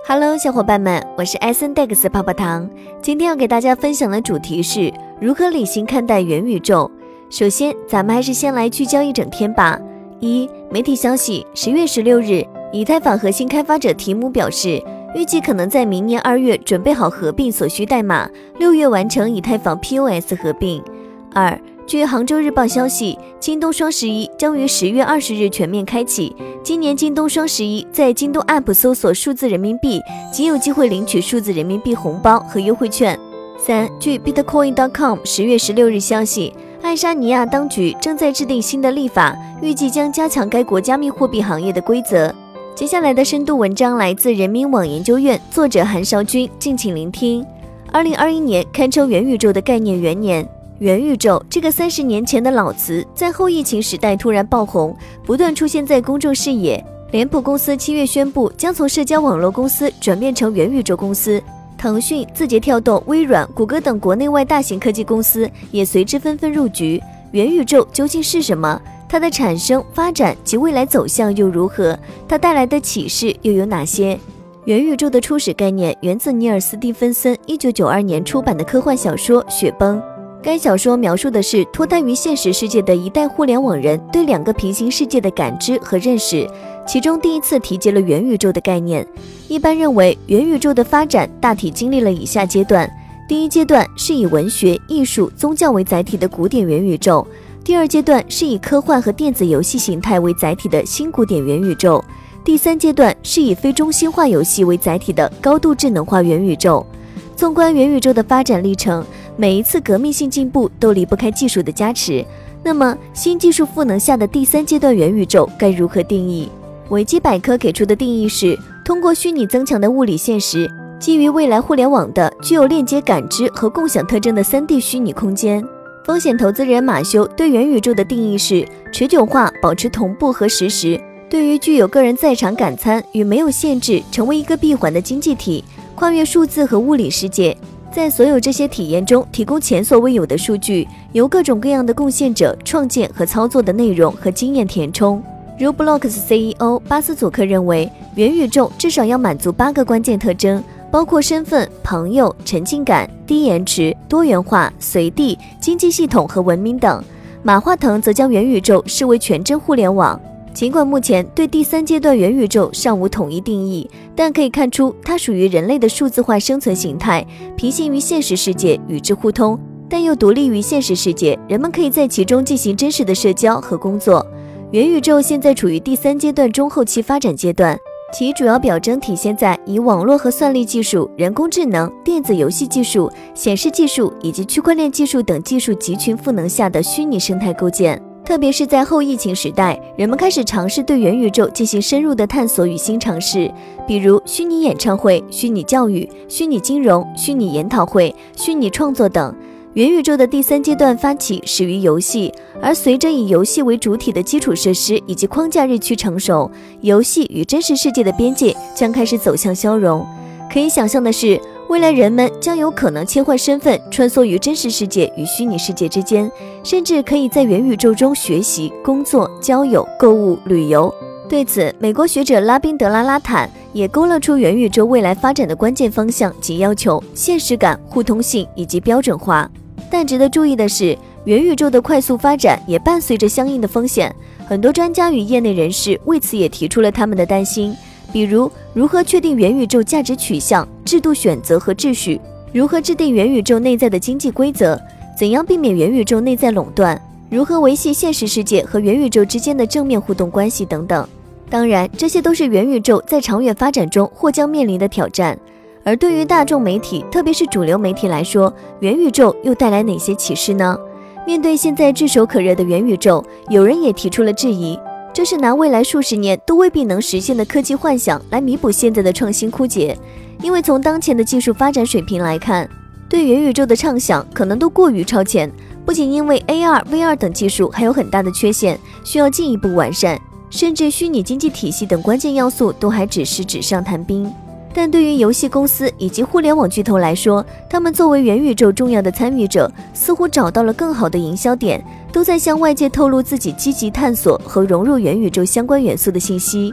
Hello， 小伙伴们，我是艾森戴克斯泡泡糖。今天要给大家分享的主题是如何理性看待元宇宙。首先，咱们还是先来聚焦一整天吧。媒体消息，10月16日，以太坊核心开发者提姆表示，预计可能在明年2月准备好合并所需代码，6月完成以太坊 POS 合并。据杭州日报消息，京东双11将于10月20日全面开启。今年京东双11在京东 App 搜索数字人民币，即有机会领取数字人民币红包和优惠券。据 Bitcoin.com 10月16日消息，爱沙尼亚当局正在制定新的立法，预计将加强该国加密货币行业的规则。接下来的深度文章来自人民网研究院，作者韩韶君，敬请聆听。2021年堪称元宇宙的概念元年。元宇宙这个30年前的老词，在后疫情时代突然爆红，不断出现在公众视野。脸谱公司7月宣布将从社交网络公司转变成元宇宙公司，腾讯、字节跳动、微软、谷歌等国内外大型科技公司也随之纷纷入局。元宇宙究竟是什么？它的产生、发展及未来走向又如何？它带来的启示又有哪些？元宇宙的初始概念源自尼尔斯·蒂芬森1992年出版的科幻小说《雪崩》。该小说描述的是脱胎于现实世界的一代互联网人对2个平行世界的感知和认识，其中第一次提及了元宇宙的概念。一般认为，元宇宙的发展大体经历了以下阶段：第一阶段是以文学、艺术、宗教为载体的古典元宇宙；第二阶段是以科幻和电子游戏形态为载体的新古典元宇宙；第三阶段是以非中心化游戏为载体的高度智能化元宇宙。纵观元宇宙的发展历程，每一次革命性进步都离不开技术的加持。那么，新技术赋能下的第三阶段元宇宙该如何定义？维基百科给出的定义是：通过虚拟增强的物理现实，基于未来互联网的具有链接感知和共享特征的3D 虚拟空间。风险投资人马修对元宇宙的定义是：持久化，保持同步和实时，对于具有个人在场感参与没有限制，成为一个闭环的经济体，跨越数字和物理世界。在所有这些体验中提供前所未有的数据，由各种各样的贡献者创建和操作的内容和经验填充。Roblox CEO 巴斯佐克认为，元宇宙至少要满足8个关键特征，包括身份、朋友、沉浸感、低延迟、多元化、随地、经济系统和文明等。马化腾则将元宇宙视为全真互联网。尽管目前对第三阶段元宇宙尚无统一定义，但可以看出它属于人类的数字化生存形态，平行于现实世界，与之互通，但又独立于现实世界，人们可以在其中进行真实的社交和工作。元宇宙现在处于第三阶段中后期发展阶段，其主要表征体现在以网络和算力技术、人工智能、电子游戏技术、显示技术以及区块链技术等技术集群赋能下的虚拟生态构建。特别是在后疫情时代，人们开始尝试对元宇宙进行深入的探索与新尝试，比如虚拟演唱会、虚拟教育、虚拟金融、虚拟研讨会、虚拟创作等。元宇宙的第三阶段发起始于游戏，而随着以游戏为主体的基础设施以及框架日趋成熟，游戏与真实世界的边界将开始走向消融。可以想象的是，未来人们将有可能切换身份，穿梭于真实世界与虚拟世界之间，甚至可以在元宇宙中学习、工作、交友、购物、旅游。对此，美国学者拉宾德拉拉坦也勾勒出元宇宙未来发展的关键方向及要求：现实感、互通性以及标准化。但值得注意的是，元宇宙的快速发展也伴随着相应的风险，很多专家与业内人士为此也提出了他们的担心。比如，如何确定元宇宙价值取向、制度选择和秩序？如何制定元宇宙内在的经济规则？怎样避免元宇宙内在垄断？如何维系现实世界和元宇宙之间的正面互动关系等等。当然，这些都是元宇宙在长远发展中或将面临的挑战。而对于大众媒体，特别是主流媒体来说，元宇宙又带来哪些启示呢？面对现在炙手可热的元宇宙，有人也提出了质疑。这是拿未来数十年都未必能实现的科技幻想来弥补现在的创新枯竭，因为从当前的技术发展水平来看，对元宇宙的畅想可能都过于超前，不仅因为 AR、VR 等技术还有很大的缺陷，需要进一步完善，甚至虚拟经济体系等关键要素都还只是纸上谈兵。但对于游戏公司以及互联网巨头来说，他们作为元宇宙重要的参与者，似乎找到了更好的营销点，都在向外界透露自己积极探索和融入元宇宙相关元素的信息。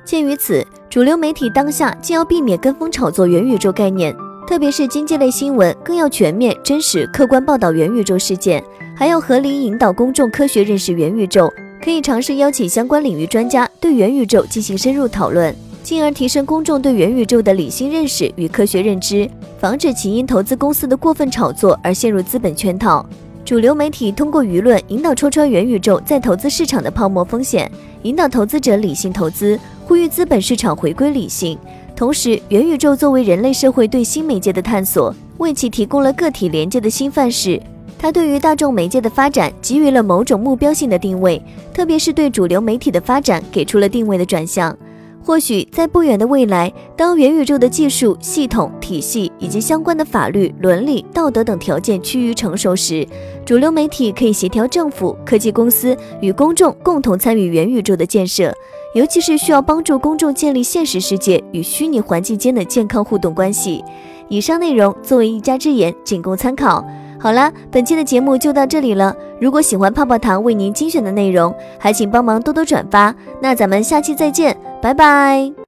鉴于此，主流媒体当下既要避免跟风炒作元宇宙概念，特别是经济类新闻，更要全面、真实、客观报道元宇宙事件，还要合理引导公众科学认识元宇宙。可以尝试邀请相关领域专家对元宇宙进行深入讨论，进而提升公众对元宇宙的理性认识与科学认知，防止其因投资公司的过分炒作而陷入资本圈套。主流媒体通过舆论引导戳穿元宇宙在投资市场的泡沫风险，引导投资者理性投资，呼吁资本市场回归理性。同时，元宇宙作为人类社会对新媒介的探索，为其提供了个体连接的新范式。它对于大众媒介的发展给予了某种目标性的定位，特别是对主流媒体的发展给出了定位的转向。或许在不远的未来，当元宇宙的技术、系统、体系以及相关的法律、伦理、道德等条件趋于成熟时，主流媒体可以协调政府、科技公司与公众共同参与元宇宙的建设，尤其是需要帮助公众建立现实世界与虚拟环境间的健康互动关系。以上内容作为一家之言，仅供参考。好啦，本期的节目就到这里了。如果喜欢泡泡糖为您精选的内容，还请帮忙多多转发。那咱们下期再见，拜拜。